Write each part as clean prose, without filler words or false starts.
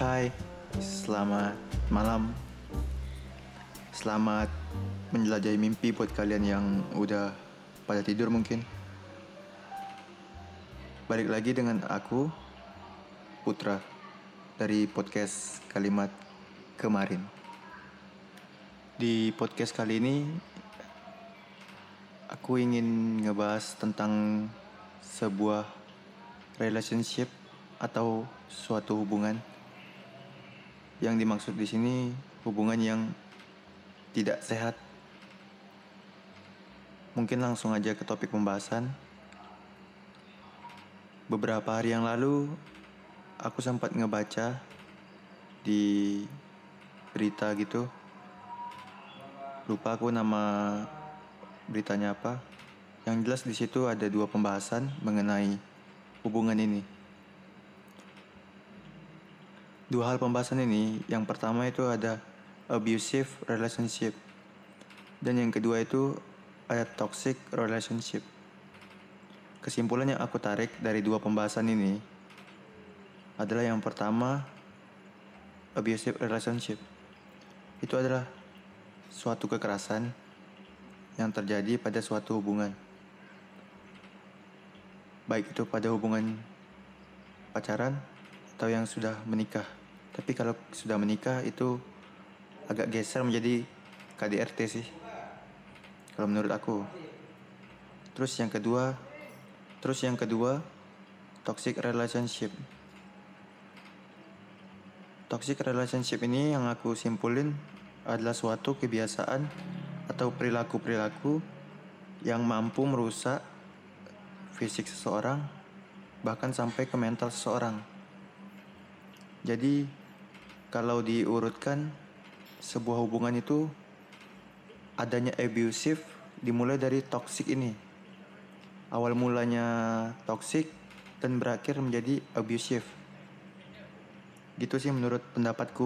Hai, selamat malam. Selamat menjelajahi mimpi buat kalian yang udah pada tidur mungkin. Balik lagi dengan aku, Putra, dari podcast Kalimat Kemarin. Di podcast kali ini, aku ingin ngebahas tentang sebuah relationship atau suatu hubungan. Yang dimaksud di sini hubungan yang tidak sehat. Mungkin langsung aja ke topik pembahasan. Beberapa hari yang lalu, aku sempat ngebaca di berita gitu. Lupa aku nama beritanya apa. Yang jelas di situ ada 2 pembahasan mengenai hubungan ini. 2 hal pembahasan ini, yang pertama itu ada abusive relationship. Dan yang kedua itu ada toxic relationship. Kesimpulan yang aku tarik dari 2 pembahasan ini adalah yang pertama, abusive relationship. Itu adalah suatu kekerasan yang terjadi pada suatu hubungan. Baik itu pada hubungan pacaran atau yang sudah menikah. Tapi kalau sudah menikah itu agak geser menjadi KDRT sih, kalau menurut aku. Terus yang kedua, toxic relationship. Toxic relationship ini yang aku simpulin adalah suatu kebiasaan atau perilaku-perilaku yang mampu merusak fisik seseorang, bahkan sampai ke mental seseorang. Jadi, kalau diurutkan, sebuah hubungan itu adanya abusive dimulai dari toxic ini. Awal mulanya toxic dan berakhir menjadi abusive. Gitu sih menurut pendapatku.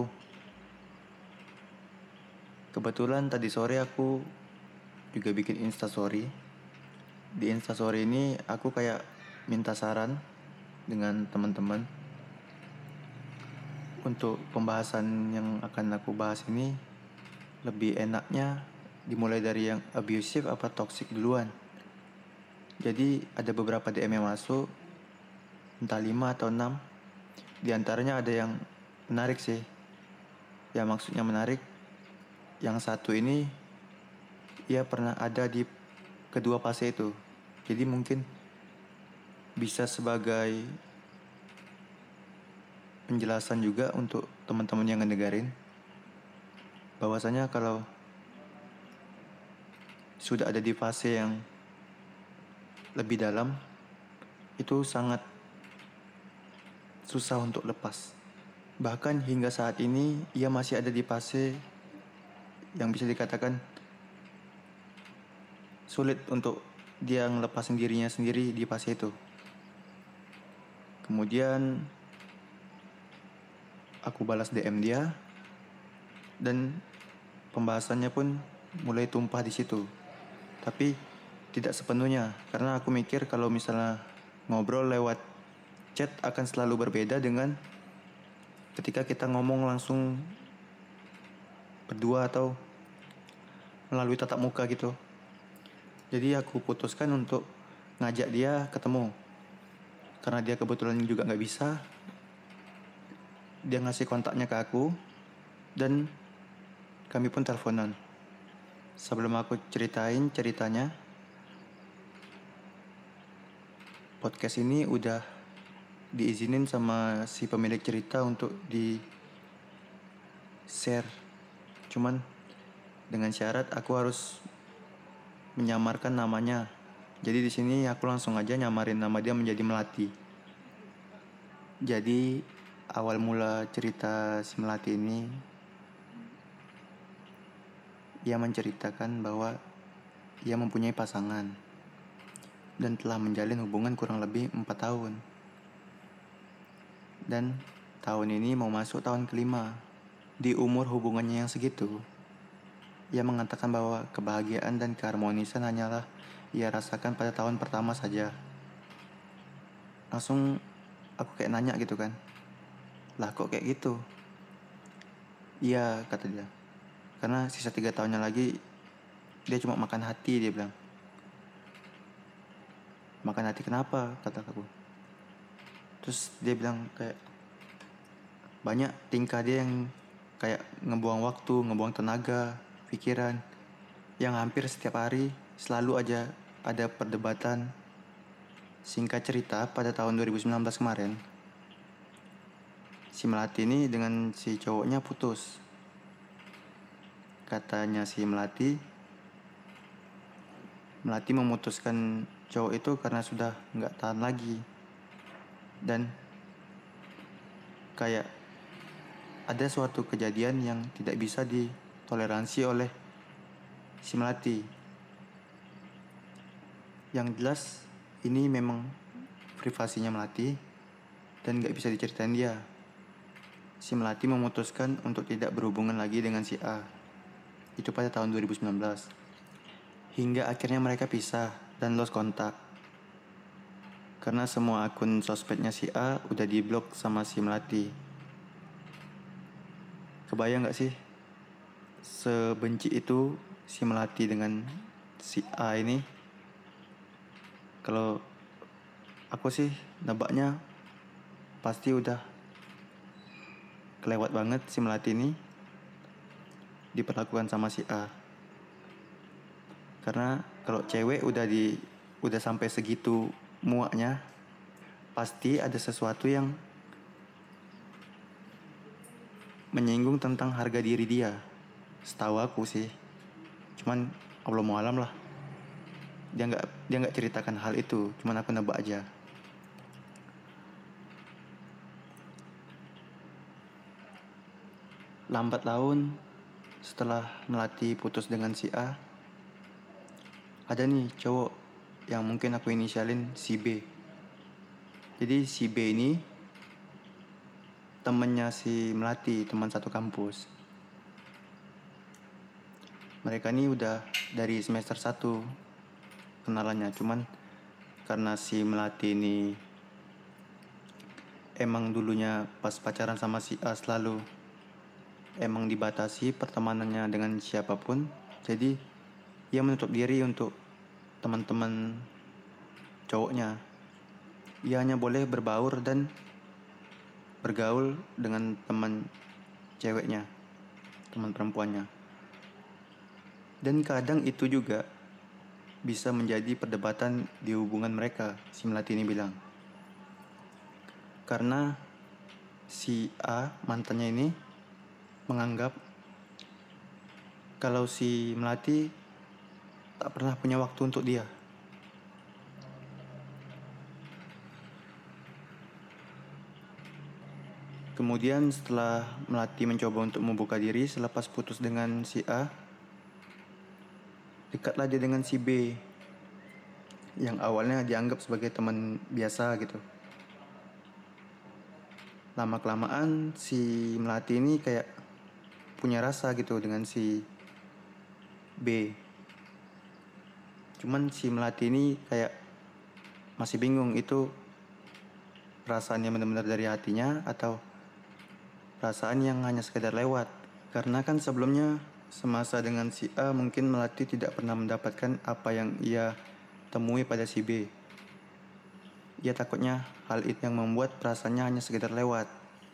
Kebetulan tadi sore aku juga bikin instastory. Di instastory ini aku kayak minta saran dengan teman-teman untuk pembahasan yang akan aku bahas ini. Lebih enaknya dimulai dari yang abusive apa toxic duluan. Jadi ada beberapa DM yang masuk, entah 5 atau 6. Di antaranya ada yang menarik sih. Ya maksudnya menarik, yang satu ini ia pernah ada di kedua fase itu. Jadi mungkin bisa sebagai penjelasan juga untuk teman-teman yang ngedengerin, bahwasanya kalau sudah ada di fase yang lebih dalam, itu sangat susah untuk lepas. Bahkan hingga saat ini ia masih ada di fase yang bisa dikatakan sulit untuk dia ngelepasin dirinya sendiri di fase itu. Kemudian aku balas DM dia dan pembahasannya pun mulai tumpah di situ. Tapi tidak sepenuhnya, karena aku mikir kalau misalnya ngobrol lewat chat akan selalu berbeda dengan ketika kita ngomong langsung berdua atau melalui tatap muka gitu. Jadi aku putuskan untuk ngajak dia ketemu. Karena dia kebetulan juga gak bisa, dia ngasih kontaknya ke aku dan kami pun teleponan. Sebelum aku ceritain ceritanya, podcast ini udah diizinin sama si pemilik cerita untuk di share. Cuman dengan syarat aku harus menyamarkan namanya. Jadi di sini aku langsung aja nyamarin nama dia menjadi Melati. Jadi awal mula cerita si Melati ini, ia menceritakan bahwa ia mempunyai pasangan dan telah menjalin hubungan kurang lebih 4 tahun. Dan tahun ini mau masuk tahun kelima. Di umur hubungannya yang segitu, ia mengatakan bahwa kebahagiaan dan keharmonisan hanyalah ia rasakan pada tahun pertama saja. Langsung aku kayak nanya gitu kan, Lah kok kayak gitu? Iya, kata dia. Karena sisa 3 tahunnya lagi dia cuma makan hati, dia bilang. Makan hati kenapa? Kata aku. Terus dia bilang kayak banyak tingkah dia yang kayak ngebuang waktu, ngebuang tenaga, pikiran, yang hampir setiap hari selalu aja ada perdebatan. Singkat cerita, pada tahun 2019 kemarin, si Melati ini dengan si cowoknya putus. Katanya si Melati memutuskan cowok itu karena sudah nggak tahan lagi. Dan kayak ada suatu kejadian yang tidak bisa ditoleransi oleh si Melati. Yang jelas ini memang privasinya Melati dan gak bisa diceritain dia. Si Melati memutuskan untuk tidak berhubungan lagi dengan si A. Itu pada tahun 2019. Hingga akhirnya mereka pisah dan lost kontak. Karena semua akun sosmednya si A udah diblok sama si Melati. Kebayang gak sih? Sebenci itu si Melati dengan si A ini. Kalau aku sih nebaknya pasti udah kelewat banget si Melati ini diperlakukan sama si A. Karena kalau cewek udah sampai segitu muaknya, pasti ada sesuatu yang menyinggung tentang harga diri dia. Setahu aku sih. Cuman Allah mau alam lah. Dia nggak ceritakan hal itu, cuman aku nebak aja. Lambat laun setelah Melati putus dengan si A, ada nih cowok yang mungkin aku inisialin si B. Jadi si B ini temennya si Melati, teman satu kampus. Mereka ini udah dari semester 1 kenalannya. Cuman karena si Melati ini emang dulunya pas pacaran sama si A selalu emang dibatasi pertemanannya dengan siapapun. Jadi ia menutup diri untuk teman-teman cowoknya. Ia hanya boleh berbaur dan bergaul dengan teman ceweknya, teman perempuannya. Dan kadang itu juga bisa menjadi perdebatan di hubungan mereka, si Melati ini bilang. Karena si A, mantannya ini, menganggap kalau si Melati tak pernah punya waktu untuk dia. Kemudian setelah Melati mencoba untuk membuka diri selepas putus dengan si A, dekatlah dia dengan si B yang awalnya dianggap sebagai teman biasa gitu. Lama-kelamaan si Melati ini kayak punya rasa gitu dengan si B. Cuman si Melati ini kayak masih bingung itu perasaannya benar-benar dari hatinya atau perasaan yang hanya sekedar lewat. Karena kan sebelumnya semasa dengan si A mungkin Melati tidak pernah mendapatkan apa yang ia temui pada si B. Ia takutnya hal itu yang membuat perasaannya hanya sekedar lewat.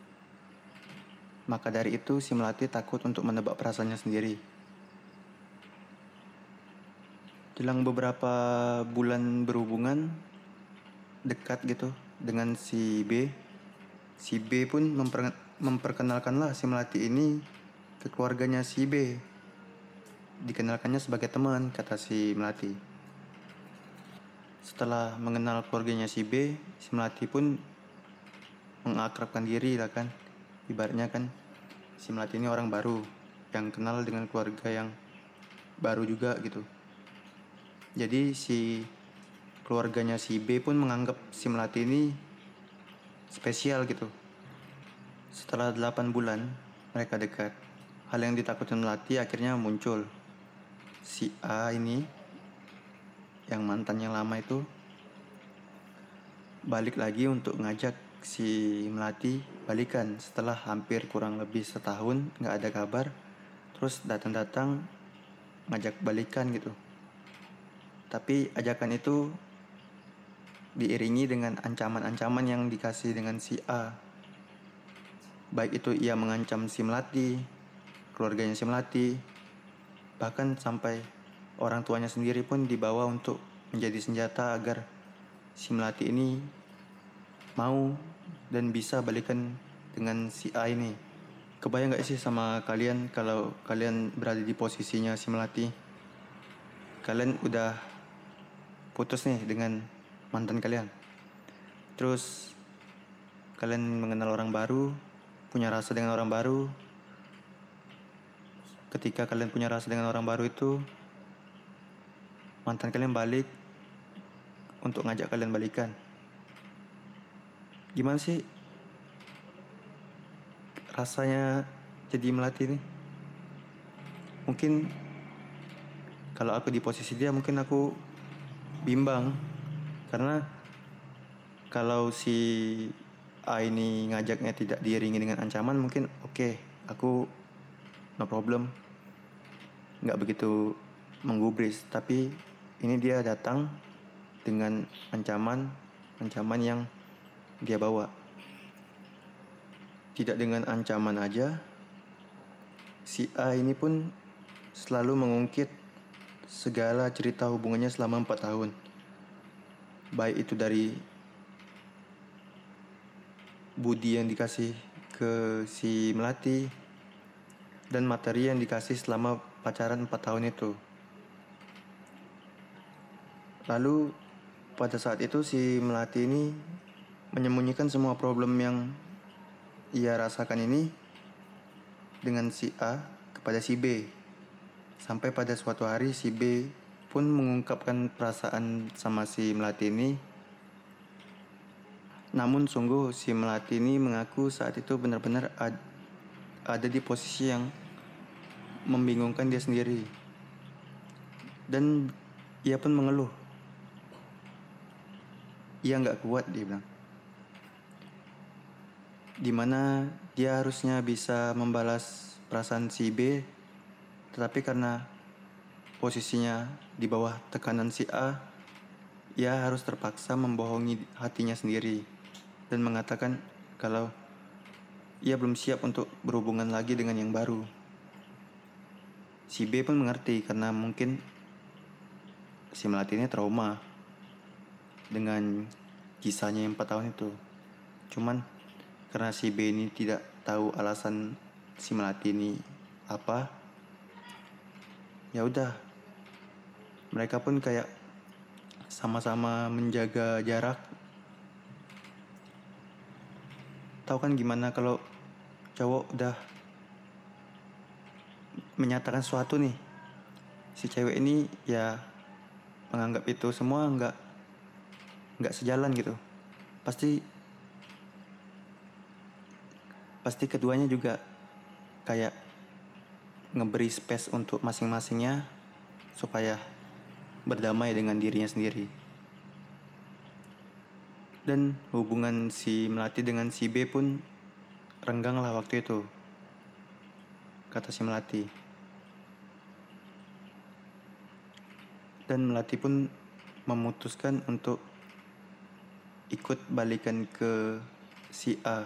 Maka dari itu si Melati takut untuk menebak perasaannya sendiri. Jelang beberapa bulan berhubungan dekat gitu dengan si B, si B pun memperkenalkanlah si Melati ini ke keluarganya si B. Dikenalkannya sebagai teman, kata si Melati. Setelah mengenal keluarganya si B, si Melati pun mengakrabkan diri lah kan. Ibaratnya kan si Melati ini orang baru yang kenal dengan keluarga yang baru juga gitu. Jadi si keluarganya si B pun menganggap si Melati ini spesial gitu. Setelah 8 bulan mereka dekat, hal yang ditakutin Melati akhirnya muncul. Si A ini yang mantan yang lama itu balik lagi untuk ngajak si Melati balikan setelah hampir kurang lebih setahun nggak ada kabar. Terus datang-datang ngajak balikan gitu. Tapi ajakan itu diiringi dengan ancaman-ancaman yang dikasih dengan si A. Baik itu ia mengancam si Melati, keluarganya si Melati, bahkan sampai orang tuanya sendiri pun dibawa untuk menjadi senjata agar si Melati ini mau dan bisa balikan dengan si A ini. Kebayang gak sih sama kalian kalau kalian berada di posisinya si Melati? Kalian udah putus nih dengan mantan kalian. Terus kalian mengenal orang baru, punya rasa dengan orang baru. Ketika kalian punya rasa dengan orang baru itu, mantan kalian balik untuk ngajak kalian balikan. Gimana sih rasanya jadi Melati nih? Mungkin kalau aku di posisi dia mungkin aku bimbang. Karena kalau si A ini ngajaknya tidak diiringi dengan ancaman, mungkin oke, aku no problem, nggak begitu menggubris. Tapi ini dia datang dengan ancaman yang dia bawa. Tidak dengan ancaman aja, si A ini pun selalu mengungkit segala cerita hubungannya selama 4 tahun. Baik itu dari budi yang dikasih ke si Melati dan materi yang dikasih selama pacaran 4 tahun itu. Lalu pada saat itu si Melati ini menyembunyikan semua problem yang ia rasakan ini dengan si A kepada si B. Sampai pada suatu hari si B pun mengungkapkan perasaan sama si Melati ini. Namun sungguh si Melati ini mengaku saat itu benar-benar ada di posisi yang membingungkan dia sendiri. Dan ia pun mengeluh. Ia gak kuat, dia bilang. Dimana dia harusnya bisa membalas perasaan si B, tetapi karena posisinya di bawah tekanan si A, ia harus terpaksa membohongi hatinya sendiri dan mengatakan kalau ia belum siap untuk berhubungan lagi dengan yang baru. Si B pun mengerti karena mungkin si Melati ini trauma dengan kisahnya yang 4 tahun itu. Cuman karena si B ini tidak tahu alasan si Melati ini apa, ya udah, mereka pun kayak sama-sama menjaga jarak. Tahu kan gimana kalau cowok udah menyatakan sesuatu nih, si cewek ini ya menganggap itu semua nggak sejalan gitu. Pasti keduanya juga kayak ngeberi space untuk masing-masingnya supaya berdamai dengan dirinya sendiri. Dan hubungan si Melati dengan si B pun renggang lah waktu itu, kata si Melati. Dan Melati pun memutuskan untuk ikut balikan ke si A.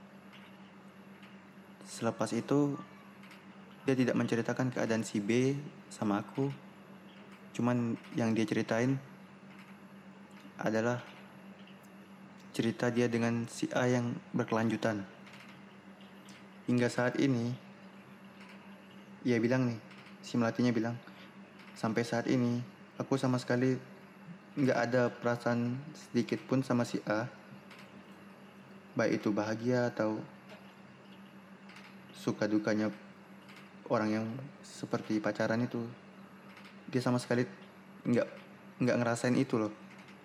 Selepas itu dia tidak menceritakan keadaan si B sama aku. Cuman yang dia ceritain adalah cerita dia dengan si A yang berkelanjutan. Hingga saat ini, ia bilang nih, si Melatinya bilang, sampai saat ini aku sama sekali gak ada perasaan sedikit pun sama si A. Baik itu bahagia atau suka dukanya orang yang seperti pacaran itu. Dia sama sekali gak ngerasain itu loh.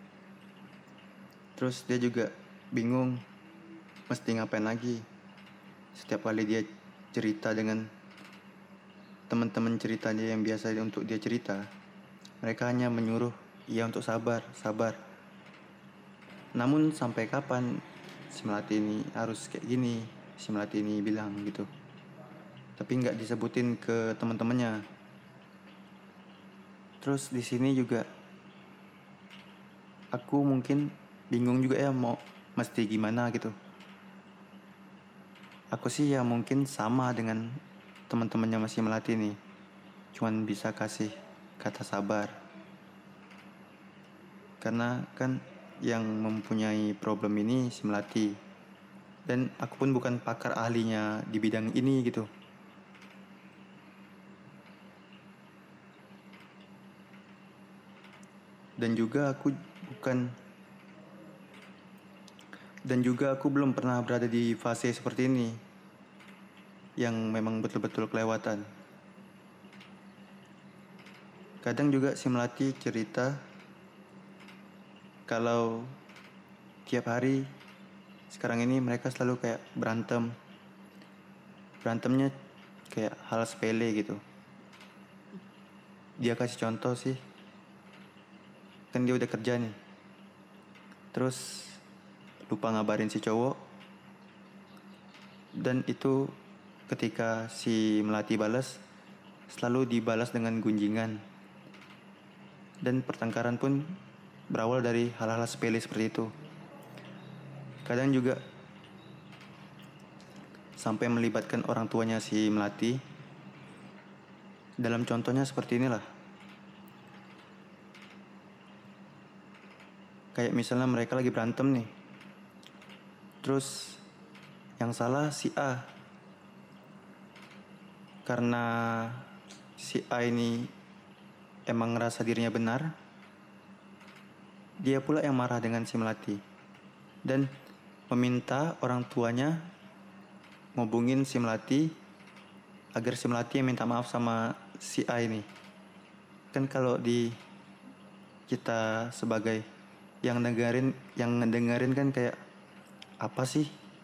Terus dia juga bingung mesti ngapain lagi. Setiap kali dia cerita dengan teman-teman ceritanya yang biasa untuk dia cerita, mereka hanya menyuruh ia untuk sabar. Namun sampai kapan si Melati ini harus kayak gini, si Melati ini bilang gitu. Tapi nggak disebutin ke teman-temannya. Terus di sini juga aku mungkin bingung juga ya mau mesti gimana gitu. Aku sih ya mungkin sama dengan teman-temannya masih Melati nih. Cuman bisa kasih kata sabar. Karena kan yang mempunyai problem ini si Melati. Dan aku pun bukan pakar ahlinya di bidang ini gitu. Dan juga aku belum pernah berada di fase seperti ini yang memang betul-betul kelewatan. Kadang juga si Melati cerita kalau tiap hari sekarang ini mereka selalu kayak berantem. Berantemnya kayak hal sepele gitu. Dia kasih contoh sih, kan dia udah kerja nih, terus lupa ngabarin si cowok. Dan itu ketika si Melati balas, selalu dibalas dengan gunjingan. Dan pertengkaran pun berawal dari hal-hal sepele seperti itu. Kadang juga sampai melibatkan orang tuanya si Melati. Dalam contohnya seperti inilah. Kayak misalnya mereka lagi berantem nih. Terus yang salah si A. Karena si A ini emang ngerasa dirinya benar, dia pula yang marah dengan si Melati. Dan meminta orang tuanya ngobungin si Melati agar si Melati minta maaf sama si A ini. Kan kalau di kita sebagai yang ngedengerin kan kayak apa sih?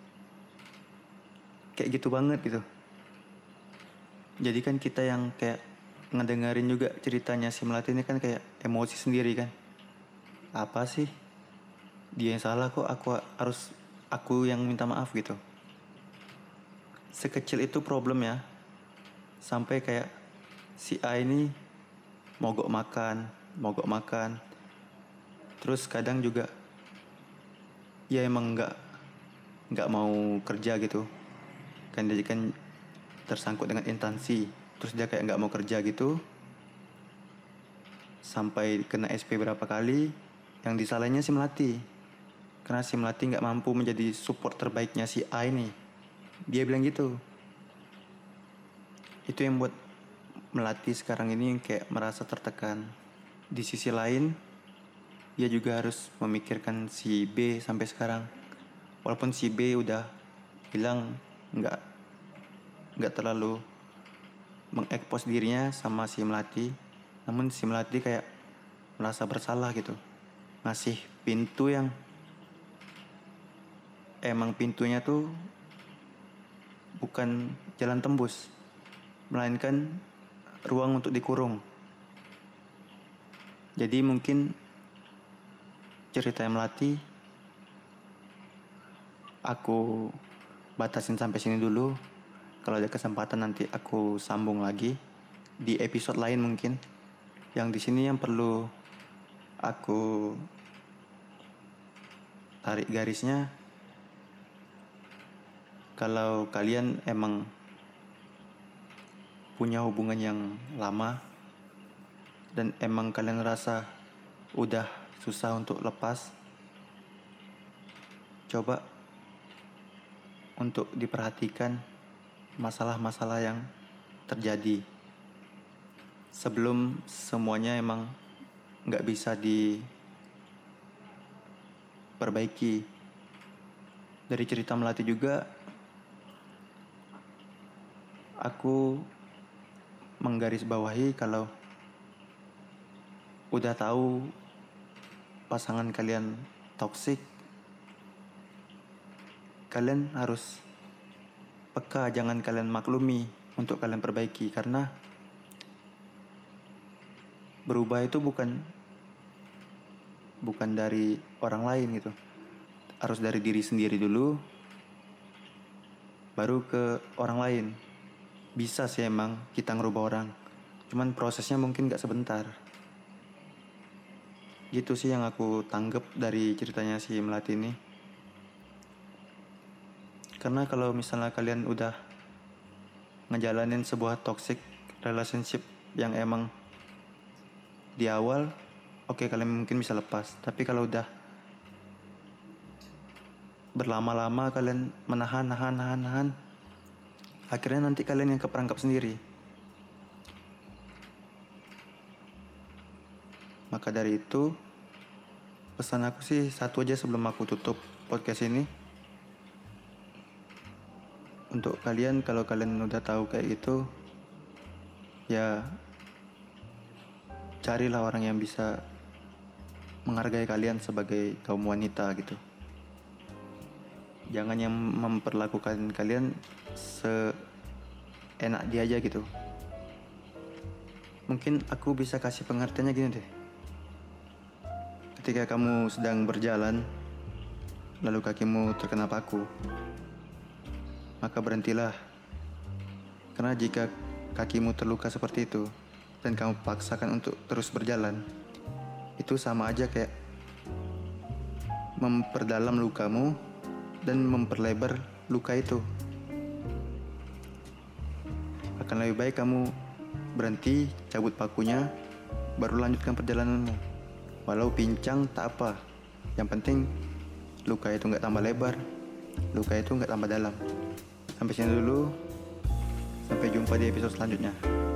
Kayak gitu banget gitu. Jadi kan kita yang kayak ngedengerin juga ceritanya si Melati ini kan kayak emosi sendiri kan. Apa sih? Dia yang salah kok aku yang minta maaf gitu. Sekecil itu problem ya. Sampai kayak si A ini mogok makan. Terus kadang juga ya emang nggak mau kerja gitu. Kan dia kan tersangkut dengan instansi. Terus dia kayak nggak mau kerja gitu. Sampai kena SP berapa kali. Yang disalahinnya si Melati. Karena si Melati nggak mampu menjadi support terbaiknya si A ini. Dia bilang gitu. Itu yang buat Melati sekarang ini kayak merasa tertekan. Di sisi lain, dia juga harus memikirkan si B sampai sekarang. Walaupun si B udah bilang nggak terlalu mengekspos dirinya sama si Melati, namun si Melati kayak merasa bersalah gitu. Ngasih pintu yang emang pintunya tuh bukan jalan tembus, melainkan ruang untuk dikurung. Jadi mungkin cerita Melati aku batasin sampai sini dulu. Kalau ada kesempatan nanti aku sambung lagi di episode lain mungkin. Yang di sini yang perlu aku tarik garisnya, kalau kalian emang punya hubungan yang lama dan emang kalian rasa udah susah untuk lepas, coba untuk diperhatikan masalah-masalah yang terjadi sebelum semuanya emang nggak bisa diperbaiki. Dari cerita Melati juga aku menggarisbawahi kalau udah tahu pasangan kalian toksik, kalian harus peka, jangan kalian maklumi untuk kalian perbaiki. Karena berubah itu bukan dari orang lain gitu, harus dari diri sendiri dulu, baru ke orang lain. Bisa sih emang kita ngerubah orang, cuman prosesnya mungkin gak sebentar. Gitu sih yang aku tanggep dari ceritanya si Melati ini. Karena kalau misalnya kalian udah ngejalanin sebuah toxic relationship yang emang di awal, oke, kalian mungkin bisa lepas. Tapi kalau udah berlama-lama kalian menahan, akhirnya nanti kalian yang keperangkap sendiri. Maka dari itu, pesan aku sih satu aja sebelum aku tutup podcast ini. Untuk kalian, kalau kalian udah tahu kayak gitu, ya carilah orang yang bisa menghargai kalian sebagai kaum wanita gitu. Jangan yang memperlakukan kalian seenak dia aja gitu. Mungkin aku bisa kasih pengertiannya gini deh. Ketika kamu sedang berjalan, lalu kakimu terkena paku, maka berhentilah. Karena jika kakimu terluka seperti itu, dan kamu paksakan untuk terus berjalan, itu sama aja kayak memperdalam lukamu dan memperlebar luka itu. Akan lebih baik kamu berhenti, cabut pakunya, baru lanjutkan perjalananmu. Walau pincang tak apa, yang penting luka itu gak tambah lebar, luka itu gak tambah dalam. Sampai sini dulu, sampai jumpa di episode selanjutnya.